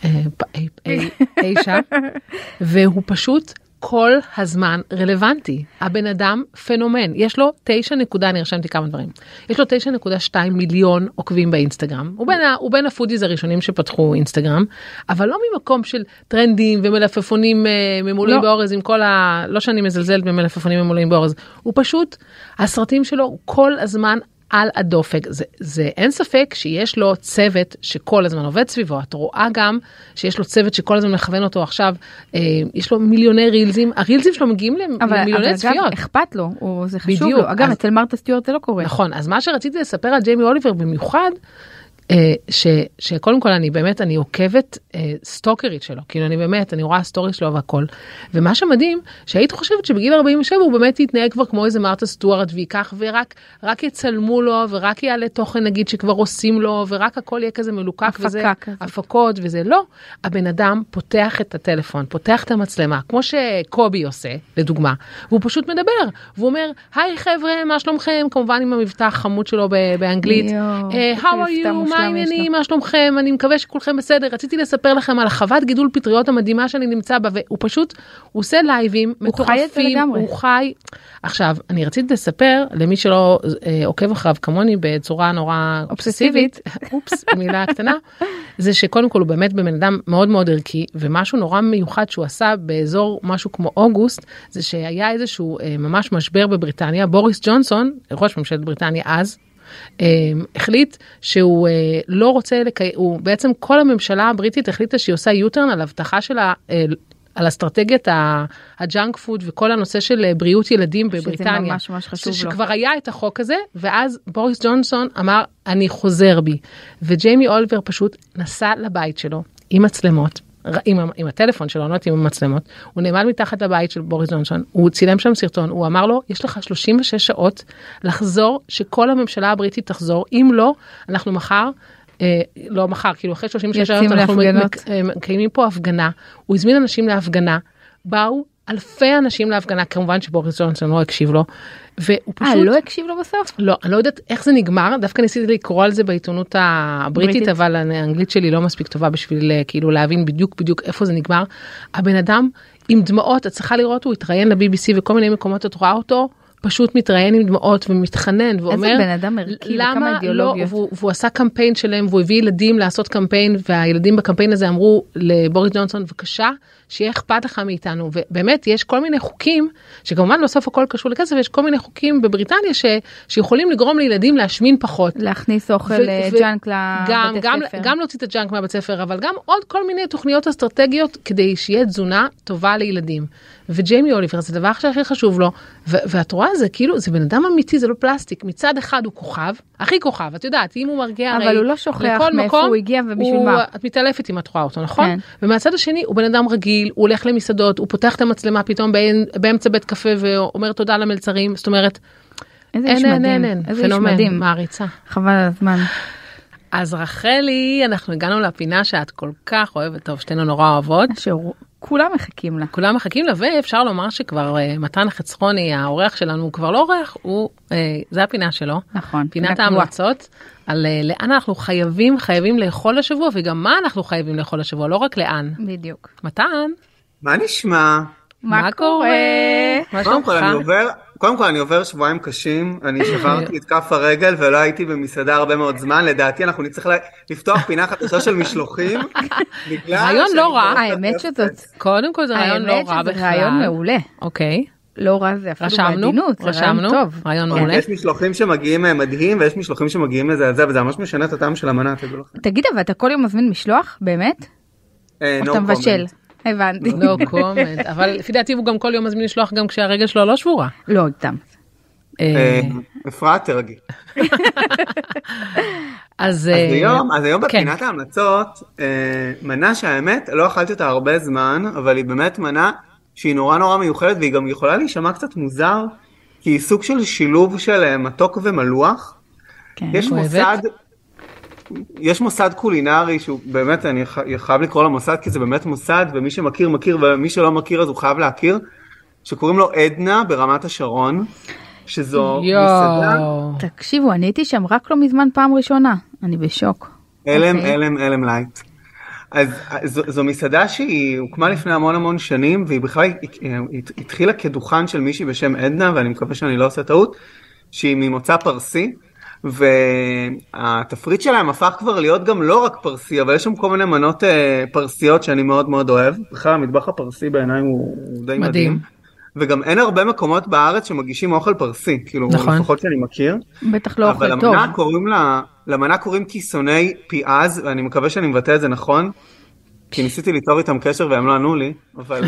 S2: אי שם. והוא פשוט כל הזמן רלוונטי. הבן אדם פנומן. יש לו תשע נקודה, אני רשמתי כמה דברים. יש לו תשע נקודה שתיים מיליון עוקבים באינסטגרם. הוא בין, הוא בין הפודיז הראשונים שפתחו אינסטגרם, אבל לא ממקום של טרנדים ומלפפונים ממולאים לא. באורז, עם כל ה... לא שאני מזלזלת במלפפונים ממולאים באורז. הוא פשוט, הסרטים שלו כל הזמן על הדופק. זה, זה אין ספק שיש לו צוות שכל הזמן עובד סביבו. את רואה גם שיש לו צוות שכל הזמן מכוון אותו עכשיו. אה, יש לו מיליוני רילזים. הרילזים שלו מגיעים למיליוני צפיות.
S3: אבל אגב, אכפת לו. הוא, זה חשוב בדיוק, לו. אגב, אז, אצל מרתה סטיוארט זה לא קורה.
S2: נכון. אז מה שרציתי לספר על ג'יימי אוליבר במיוחד, ש, שקודם כל אני באמת, אני עוקבת אה, סטוקרית שלו, כאילו אני באמת, אני רואה סטורי שלו והכל, ומה שמדהים, שהיית חושבת שבגיל ארבעים ושבע הוא באמת יתנהג כבר כמו איזה מרתה סטוארט, ויקח ורק רק יצלמו לו, ורק יעלה תוכן נגיד שכבר עושים לו, ורק הכל יהיה כזה מלוקק, וזה כזה. הפקות וזה לא, הבן אדם פותח את הטלפון, פותח את המצלמה, כמו שקובי עושה, לדוגמה, והוא פשוט מדבר, והוא אומר, היי חבר'ה, מה שלומכם? כמובן עם המבטא החמוד שלו באנגלית, how are you? מה העניינים, מה שלומכם, אני מקווה שכולכם בסדר, רציתי לספר לכם על החוות גידול פטריות המדהימה שאני נמצא בה, והוא פשוט, הוא עושה לייבים, מטורפים, הוא חי. עכשיו, אני רציתי לספר, למי שלא אה, עוקב אחריו כמוני, בצורה נורא אובססיבית, אופס, מילה קטנה, זה שקודם כל הוא באמת בן אדם מאוד מאוד ערכי, ומשהו נורא מיוחד שהוא עשה באזור משהו כמו אוגוסט, זה שהיה איזשהו אה, ממש משבר בבריטניה, בוריס ג'ונסון, ראש ממשלת בריטניה אז, החליט שהוא לא רוצה לקיים, הוא בעצם כל הממשלה הבריטית החליטה שהיא עושה יוטרן על הבטחה שלה, על אסטרטגיית הג'אנק פוד וכל הנושא של בריאות ילדים בבריטניה.
S3: שזה ממש ממש חשוב לו.
S2: שכבר היה את החוק הזה, ואז בוריס ג'ונסון אמר, אני חוזר בי. וג'יימי אוליבר פשוט נסע לבית שלו עם מצלמות, עם, עם הטלפון שלו, לא עם המצלמות, הוא נעמד מתחת לבית של בוריס ג'ונסון, הוא צילם שם סרטון, הוא אמר לו, יש לך שלושים ושש שעות לחזור, שכל הממשלה הבריטית תחזור, אם לא, אנחנו מחר, אה, לא מחר, כאילו אחרי שלושים ושש שעות, אנחנו מקיימים פה הפגנה, הוא הזמין אנשים להפגנה, באו אלפי אנשים להפגנה, כמובן שבוריס ג'ונסון לא הקשיב לו, והוא פשוט...
S3: אה, לא הקשיב לו בסוף?
S2: לא, אני לא יודעת איך זה נגמר, דווקא ניסיתי לקרוא על זה בעיתונות הבריטית, אבל האנגלית שלי לא מספיק טובה בשביל כאילו להבין בדיוק בדיוק איפה זה נגמר. הבן אדם עם דמעות, את צריכה לראות, הוא התראיין ל-בי בי סי וכל מיני מקומות, את רואה אותו, פשוט מתראיין עם דמעות ומתחנן ואומר,
S3: איזה בן אדם ערכי וכמה אידיאולוגיות.
S2: לא, והוא, והוא עשה קמפיין שלהם, והוא הביא ילדים לעשות קמפיין, והילדים בקמפיין הזה אמרו לבוריס ג'ונסון, בבקשה, שיהיה אכפת לך מאיתנו, ובאמת יש כל מיני חוקים, שכמובן בסוף הכל קשור לכסף, יש כל מיני חוקים בבריטניה, ש, שיכולים לגרום לילדים להשמין פחות.
S3: להכניס אוכל ג'אנק לבית
S2: גם,
S3: הספר.
S2: גם להוציא את הג'אנק מהבית ספר, אבל גם עוד כל מיני תוכניות אסטרטגיות, כדי שיהיה תזונה טובה לילדים. וג'יימי אוליבר זה הדבר שהכי חשוב לו, ו- ואת רואה זה כאילו, זה בן אדם אמיתי, זה לא פלסטיק, מצד אחד הוא כוכב, הכי כוכב, את יודעת, אם הוא מרגיע
S3: אבל
S2: הרי,
S3: הוא לא שוכח מאיפה
S2: מקום,
S3: הוא הגיע ובשביל
S2: הוא,
S3: מה.
S2: את מתעלפת אם את רואה אותו, נכון?
S3: כן.
S2: ומהצד השני הוא בן אדם רגיל, הוא הולך למסעדות, הוא פותח את המצלמה פתאום באמצע בית קפה ואומר תודה למלצרים, זאת אומרת,
S3: איזה איש מדהים, איזה איש מדהים.
S2: מעריצה.
S3: חבל על הזמן.
S2: אז רחלי, אנחנו הגענו לפינה שאת כל כך אוהבת, טוב, שתינו נורא אוהבות.
S3: כולם מחכים לה.
S2: כולם מחכים לה, ואפשר לומר שכבר מתן החצרוני, האורח שלנו, הוא כבר לא אורח, הוא, זה הפינה שלו.
S3: נכון.
S2: פינת ההמלצות, על לאן אנחנו חייבים, חייבים לאכול השבוע, וגם מה אנחנו חייבים לאכול השבוע, לא רק לאן.
S3: בדיוק.
S2: מתן?
S1: מה נשמע?
S3: מה קורה?
S2: מה שלומך?
S1: קודם כל אני עובר שבועיים קשים, אני שברתי את כף הרגל ולא הייתי במסעדה הרבה מאוד זמן, לדעתי אנחנו נצטרך לפתוח פינה חדשה של משלוחים.
S2: רעיון לא רע.
S3: האמת שזאת.
S2: קודם כל זה רעיון לא רע בכלל.
S3: האמת שזה רעיון מעולה.
S2: אוקיי.
S3: לא רע זה אפילו בעדינות, זה רעיון טוב.
S2: רעיון מעולה.
S1: יש משלוחים שמגיעים מדהים ויש משלוחים שמגיעים לזה, וזה ממש משנה את הטעם של המנה.
S3: תגיד, אבל אתה כל יום מזמין משלוח, באמת? או שאתה מבשל? הבנתי.
S2: לא קומנט, אבל לפי דעתי הוא גם כל יום מזמין לשלוח גם כשהרגל שלו לא שבורה.
S3: לא, איתם.
S1: אפרת, תרגי.
S2: אז
S1: היום בפינת ההמלצות, מנה שהאמת, לא אכלתי אותה הרבה זמן, אבל היא באמת מנה שהיא נורא נורא מיוחדת, והיא גם יכולה להישמע קצת מוזר, כי היא סוג של שילוב של מתוק ומלוח. יש מוסד... יש מוסד קולינרי שהוא באמת, אני חייב לקרוא לו מוסד, כי זה באמת מוסד, ומי שמכיר מכיר, ומי שלא מכיר אז הוא חייב להכיר, שקוראים לו עדנה ברמת השרון, שזו מסעדה.
S3: תקשיבו, אני הייתי שם רק לא מזמן פעם ראשונה, אני בשוק.
S1: אלם, אלם, אלם לייט. אז זו, זו מסעדה שהיא הוקמה לפני המון המון שנים, והיא בכלל התחילה כדוכן של מישהי בשם עדנה, ואני מקווה שאני לא עושה טעות, שהיא ממוצא פרסי, והתפריט שלהם הפך כבר להיות גם לא רק פרסי, אבל יש שם כל מיני מנות פרסיות שאני מאוד מאוד אוהב. בכלל המטבח הפרסי בעיניי הוא די מדהים. מדהים. וגם אין הרבה מקומות בארץ שמגישים אוכל פרסי, כאילו נכון. לפחות שאני מכיר.
S3: בטח לא אוכל טוב.
S1: אבל קוראים לה, למנה קוראים כיסוני פיאז, ואני מקווה שאני מבטא את זה נכון, כי ניסיתי ליצור איתם קשר והם לא ענו לי, אבל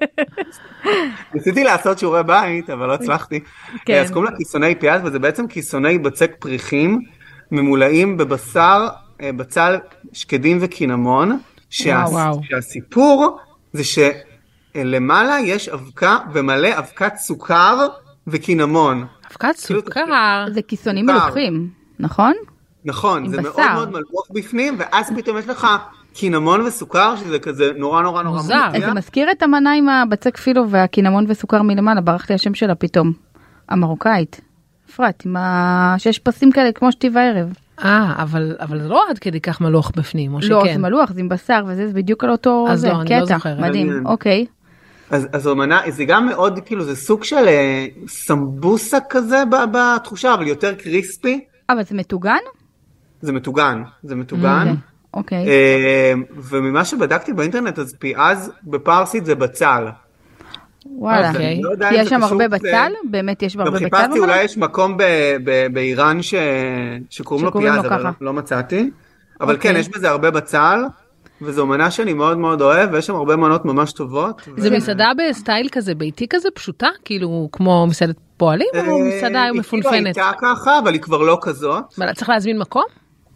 S1: ניסיתי לעשות שיעורי בית, אבל לא הצלחתי. כן. אז קוראים לה כיסוני פיאז, וזה בעצם כיסוני בצק פריחים, ממולאים בבשר, בצל, שקדים וקינמון, שה... שהסיפור זה שלמעלה יש אבקה ומלא אבקת סוכר וקינמון.
S2: אבקת סוכר?
S3: זה כיסונים מלוכים, נכון?
S1: נכון, זה מאוד מאוד מלוך בפנים, ואז פתאום יש לך קינמון וסוכר, שזה כזה נורא נורא נורא
S2: מוזר.
S3: זה מזכיר את המנה עם הבצק פילו והקינמון וסוכר מלמעלה, ברח לי השם שלה פתאום. המרוקאית. אפרת, עם השש פסים כאלה כמו שתי וערב.
S2: אה, אבל, אבל זה לא עד כדי כך מלוך בפנים, או שכן?
S3: לא, זה מלוח, זה עם בשר, וזה זה בדיוק על אותו
S2: אז
S3: זה,
S2: לא, אני לא זוכרת.
S3: מדהים, אוקיי.
S1: אז, אז המנה, זה גם מאוד, כאילו, זה סוג של אה, סמבוסה כזה בתחושה, אבל יותר קריספי.
S3: אבל זה מטוגן?
S1: זה מטוגן, זה מטוגן.
S3: אוקיי.
S1: וממה שבדקתי באינטרנט, אז פיאז בפרסית זה בצל.
S3: וואלה, כי יש שם הרבה בצל? באמת יש הרבה בצל?
S1: גם חיפשתי, אולי יש מקום באיראן שקוראים לו פיאז, אבל לא מצאתי. אבל כן, יש בזה הרבה בצל, וזו מנה שאני מאוד מאוד אוהב, ויש שם הרבה מנות ממש טובות.
S2: זה מסעדה בסטייל כזה, ביתי כזה, פשוטה? כאילו, כמו מסעדת פועלים, או מסעדה מפונפנת?
S1: היא הייתה ככה, אבל היא כבר לא כזאת.
S2: צריך להזמין מקום?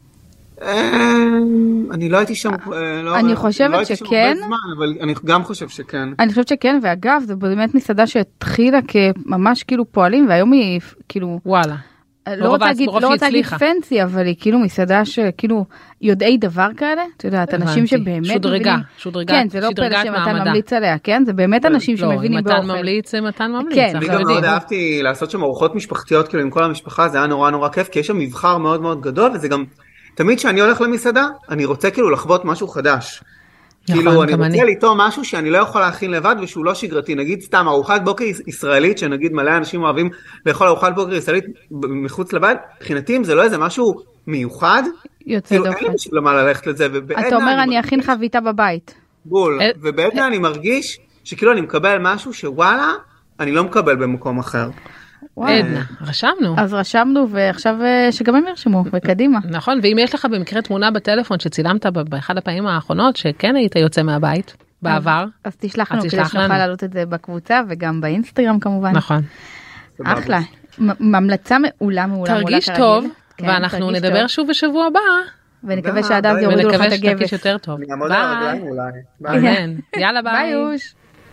S1: אני לא הייתי שם,
S3: אני חושבת שכן,
S1: אבל אני גם חושב שכן.
S3: אני חושבת שכן, ואגב, זו באמת מסעדה שהתחילה כממש כאילו פועלים, והיום היא כאילו,
S2: וואלה.
S3: לא רוצה להגיד פנסי, אבל היא כאילו מסעדה שכאילו יודעי דבר כאלה, אתה יודעת, אנשים שבאמת
S2: שודרגה, שודרגה,
S3: כן, זה לא פלא שמתן ממליץ עליה, כן, זה באמת אנשים שמבינים באוכל.
S2: מתן ממליץ, מתן ממליץ.
S1: אני גם מאוד אהבתי לעשות שם ארוחות משפחתיות, כאילו עם כל המשפחה, זה היה נורא נורא כיף, כי יש שם מבחר מאוד מאוד גדול, וזה גם תמיד שאני הולך למסעדה, אני רוצה כאילו לחוות משהו חדש. כאילו אני רוצה לטעום משהו שאני לא יכול להכין לבד ושהוא לא שגרתי. נגיד סתם ארוחת בוקר ישראלית, שנגיד מלא אנשים אוהבים לאכול ארוחת בוקר ישראלית מחוץ לבית, מבחינתי אם זה לא איזה משהו מיוחד, כאילו אין לי משהו למה ללכת לזה.
S3: אתה אומר אני אכין חביתה בבית.
S1: בול, ובעדנה אני מרגיש שכאילו אני מקבל משהו שוואלה, אני לא מקבל במקום אחר.
S2: עדנה, רשמנו.
S3: אז רשמנו, ועכשיו שגם הם ירשמו, וקדימה.
S2: נכון, ואם יש לך במקרה תמונה בטלפון שצילמת באחד הפעמים האחרונות, שכן היית יוצא מהבית, בעבר.
S3: אז תשלח לנו כדי שנוכל להעלות את זה בקבוצה, וגם באינסטגרם כמובן.
S2: נכון.
S3: אחלה. ממלצה מעולה, מעולה, מעולה.
S2: תרגיש טוב, ואנחנו נדבר שוב בשבוע הבא.
S3: ונקווה שעד אז יורידו לך את הגבס.
S2: ונקווה שתרגיש יותר טוב.
S1: אני אעמוד על הרגליים אולי.
S2: אמן. יאללה ביי.
S3: ביי יוש.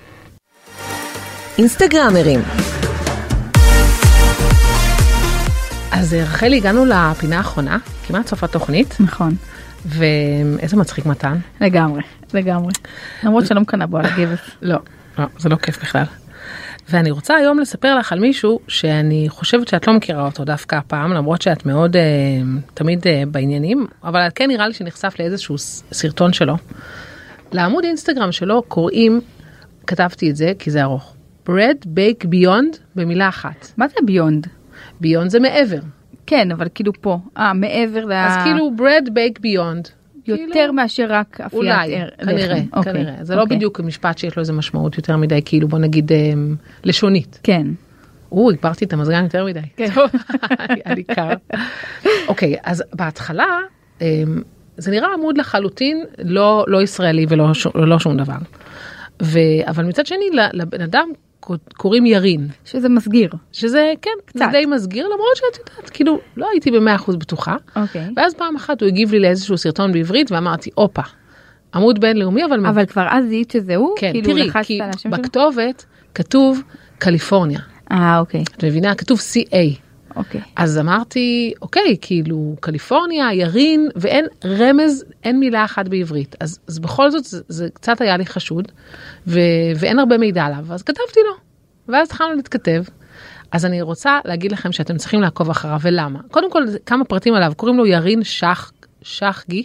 S4: אינסטגרמרים.
S2: אז רחלי, הגענו לפינה האחרונה, כמעט סוף התוכנית.
S3: נכון.
S2: ואיזה מצחיק מתן.
S3: לגמרי, לגמרי. למרות שלא מקנה בו על הגבס.
S2: לא, לא, זה לא כיף בכלל. ואני רוצה היום לספר לך על מישהו שאני חושבת שאת לא מכירה אותו דווקא הפעם, למרות שאת מאוד תמיד בעניינים, אבל כן נראה לי שנחשף לאיזשהו סרטון שלו. לעמוד אינסטגרם שלו קוראים, כתבתי את זה כי זה ארוך, Bread Bake Beyond במילה אחת.
S3: מה זה ביונד?
S2: ביונד זה מעבר.
S3: כן, אבל כאילו פה, אה, מעבר ל...
S2: אז כאילו bread bake beyond.
S3: יותר מאשר רק אפיית
S2: אולי, כנראה, כנראה. זה לא בדיוק משפט שיש לו איזה משמעות יותר מדי, כאילו בוא נגיד לשונית.
S3: כן.
S2: או, הגברתי את המזגן יותר מדי. טוב, היה לי קר. אוקיי, אז בהתחלה, זה נראה עמוד לחלוטין לא ישראלי ולא שום דבר. אבל מצד שני, לבן אדם קוראים ירין.
S3: שזה מסגיר.
S2: שזה, כן, קצת. זה די מסגיר, למרות שאת יודעת, כאילו, לא הייתי במאה אחוז בטוחה.
S3: אוקיי.
S2: ואז פעם אחת הוא הגיב לי לאיזשהו סרטון בעברית, ואמרתי, אופה, עמוד בינלאומי, אבל...
S3: אבל כבר אז זיהית שזה הוא?
S2: כן,
S3: כאילו
S2: תראי, כי בכתובת כתוב קליפורניה.
S3: אה, אוקיי.
S2: את מבינה? כתוב סי איי.
S3: אוקיי.
S2: אז אמרתי, אוקיי, כאילו, קליפורניה, ירין, ואין רמז, אין מילה אחת בעברית. אז, אז בכל זאת, זה, זה קצת היה לי חשוד, ו, ואין הרבה מידע עליו. אז כתבתי לו. ואז התחלנו להתכתב. אז אני רוצה להגיד לכם שאתם צריכים לעקוב אחריו, ולמה? קודם כל, כמה פרטים עליו. קוראים לו ירין שח, שחגי.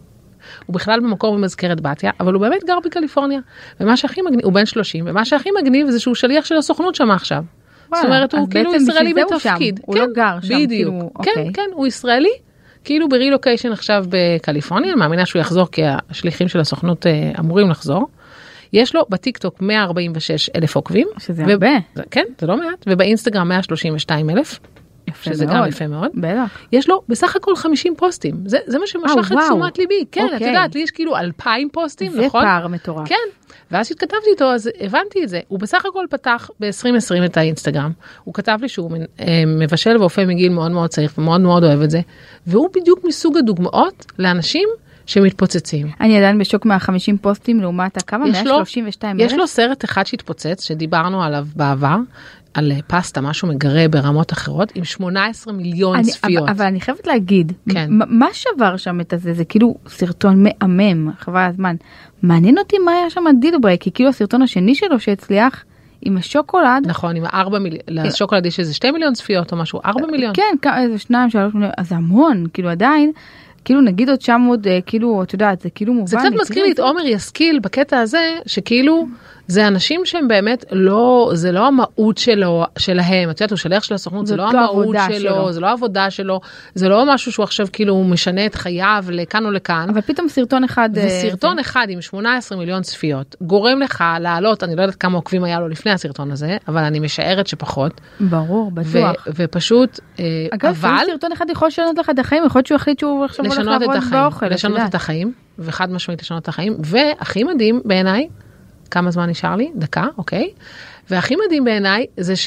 S2: הוא בכלל במקור במזכרת בתיה, אבל הוא באמת גר בקליפורניה. ומה שהכי מגניב, הוא בן שלושים, ומה שהכי מגניב זה שהוא שליח של הסוכנות שם עכשיו. זאת אומרת, הוא כאילו ישראלי בתפקיד.
S3: הוא לא גר שם.
S2: בדיוק. כן, כן, הוא ישראלי, כאילו ברילוקיישן עכשיו בקליפורניה, אני מאמינה שהוא יחזור, כי השליחים של הסוכנות אמורים לחזור. יש לו בטיקטוק מאה ארבעים ושש אלף עוקבים.
S3: שזה הרבה.
S2: כן, זה לא מעט. ובאינסטגרם מאה שלושים ושתיים אלף. שזה גם יפה מאוד.
S3: בטח.
S2: יש לו בסך הכל חמישים פוסטים. זה, זה מה שמשך את תשומת ליבי. כן, את יודעת, לי יש כאילו אלפיים פוסטים, נכון?
S3: זה פער מטורף.
S2: כן. ואז התכתבתי איתו, אז הבנתי את זה. הוא בסך הכל פתח ב-עשרים עשרים את האינסטגרם. הוא כתב לי שהוא מבשל ואופה מגיל מאוד מאוד צעיר, ומאוד מאוד אוהב את זה. והוא בדיוק מסוג הדוגמאות לאנשים שמתפוצצים.
S3: אני עדיין בשוק מה-חמישים פוסטים לעומת הכמה? מאה שלושים ושתיים אלף?
S2: יש לו סרט אחד שהתפוצץ, שדיברנו עליו בעבר, על פסטה, משהו מגרה ברמות אחרות, עם שמונה עשרה מיליון צפיות.
S3: אבל, אבל אני חייבת להגיד,
S2: כן.
S3: מה שבר שם את הזה? זה כאילו סרטון מהמם, חבל הזמן. מעניין אותי מה היה שם דיל ברייק, כי כאילו הסרטון השני שלו שהצליח, עם השוקולד.
S2: נכון, עם הארבע מיליון, לשוקולד יש איזה שתי מיליון צפיות או משהו, ארבע מיליון.
S3: כן, איזה שניים, שלוש מיליון, אז המון, כאילו עדיין, כאילו נגיד עוד שם עוד, כאילו, את יודעת, זה כאילו מובן.
S2: זה קצת מזכיר לי את עומר ישכיל בקטע הזה, שכאילו, זה אנשים שהם באמת לא, זה לא המהות שלו, שלהם, את יודעת, הוא שליח של הסוכנות, זה לא המהות שלו, זה לא העבודה שלו, זה לא משהו שהוא עכשיו כאילו משנה את חייו לכאן או לכאן.
S3: אבל פתאום סרטון אחד...
S2: וסרטון אחד עם שמונה עשרה מיליון צפיות, גורם לך לעלות, אני לא יודעת כמה עוקבים היה לו לפני הסרטון הזה, אבל אני משערת שפחות.
S3: ברור, בטוח.
S2: ופשוט,
S3: אגב, סרטון אחד יכול לשנות לך את החיים, יכול להיות שהוא החליט שהוא עכשיו הולך לעבוד באוכל.
S2: לשנות את החיים, וחד משמעית לשנות את החיים, והכי מדהים בעיניי, כמה זמן נשאר לי? דקה, אוקיי. והכי מדהים בעיניי זה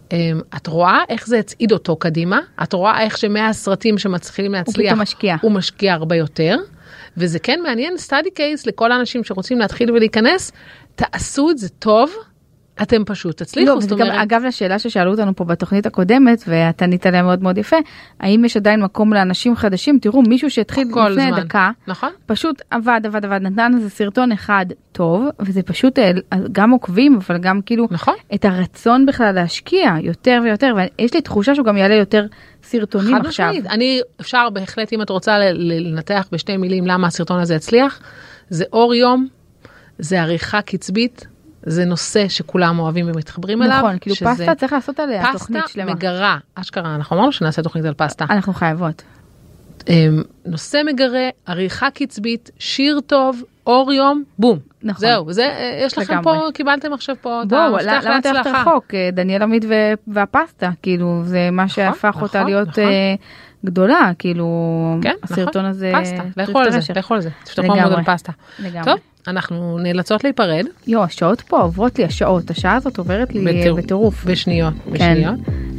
S2: שאת רואה איך זה הצעיד אותו קדימה, את רואה איך שמאה הסרטים שמצליחים להצליח,
S3: הוא משקיע.
S2: הוא משקיע הרבה יותר, וזה כן מעניין, סטאדי קייס לכל האנשים שרוצים להתחיל ולהיכנס, תעשו את זה טוב, אתם פשוט תצליחו.
S3: לא, וזה גם, אגב, לשאלה ששאלו אותנו פה בתוכנית הקודמת, ואתה ניתן להם מאוד מאוד יפה, האם יש עדיין מקום לאנשים חדשים? תראו, מישהו שהתחיל לפני
S2: זמן.
S3: דקה,
S2: נכון?
S3: פשוש עבד, עבד, עבד, נתן איזה סרטון אחד טוב, וזה פשוט גם עוקבים, אבל גם כאילו,
S2: נכון?
S3: את הרצון בכלל להשקיע יותר ויותר, ויש לי תחושה שהוא גם יעלה יותר סרטונים עכשיו.
S2: משמעית. אני, אפשר בהחלט, אם את רוצה לנתח בשתי מילים למה הסרטון הזה הצליח, זה אור יום, זה עריכה קצבית, זה נושא שכולם אוהבים ומתחברים אליו.
S3: נכון, כאילו פסטה צריך לעשות עליה תוכנית שלמה.
S2: פסטה מגרה, אשכרה, אנחנו אמרנו שנעשה תוכנית על פסטה.
S3: אנחנו חייבות.
S2: נושא מגרה, עריכה קצבית, שיר טוב, אור יום, בום.
S3: נכון.
S2: זהו, זה, יש לכם פה, קיבלתם עכשיו פה את המפתח להצלחה.
S3: למה אתה רחוק? דניאל עמית והפסטה, כאילו, זה מה שהפך אותה להיות גדולה, כאילו, הסרטון הזה.
S2: פסטה, לאכול על זה, לאכול על זה. תפתחו עמוד על פסטה. טוב. אנחנו נאלצות להיפרד.
S3: יו, השעות פה עוברות לי, השעות, השעה הזאת עוברת לי בטירוף.
S2: בשניות, בשניות.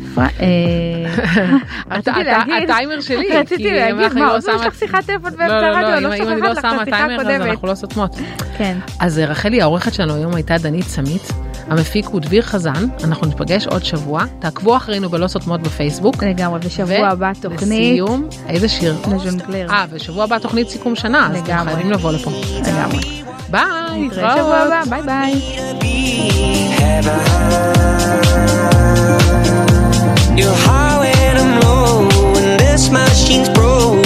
S3: רציתי להגיד,
S2: הטיימר שלי.
S3: רציתי להגיד, מה, עוד יש לך שיחת טלפון באמצע רדיו, לא שוכחת לך את השיחה הקודמת.
S2: אנחנו לא סותמות.
S3: כן.
S2: אז רחלי, העורכת שלנו היום הייתה דנית סמית, המפיק הוא דביר חזן, אנחנו נפגש עוד שבוע, תעקבו אחרינו בלא סותמות בפייסבוק.
S3: לגמרי, ושבוע הבא תוכנית.
S2: לסיום, איזה שיר?
S3: לז'ונגלר.
S2: אה, ושבוע הבא תוכנית סיכום שנה, אז אתם חייבים לבוא לפה.
S3: לגמרי.
S2: ביי,
S3: נתראה שבוע הבא, ביי ביי.
S5: You're high when I'm low, and this machine's broke.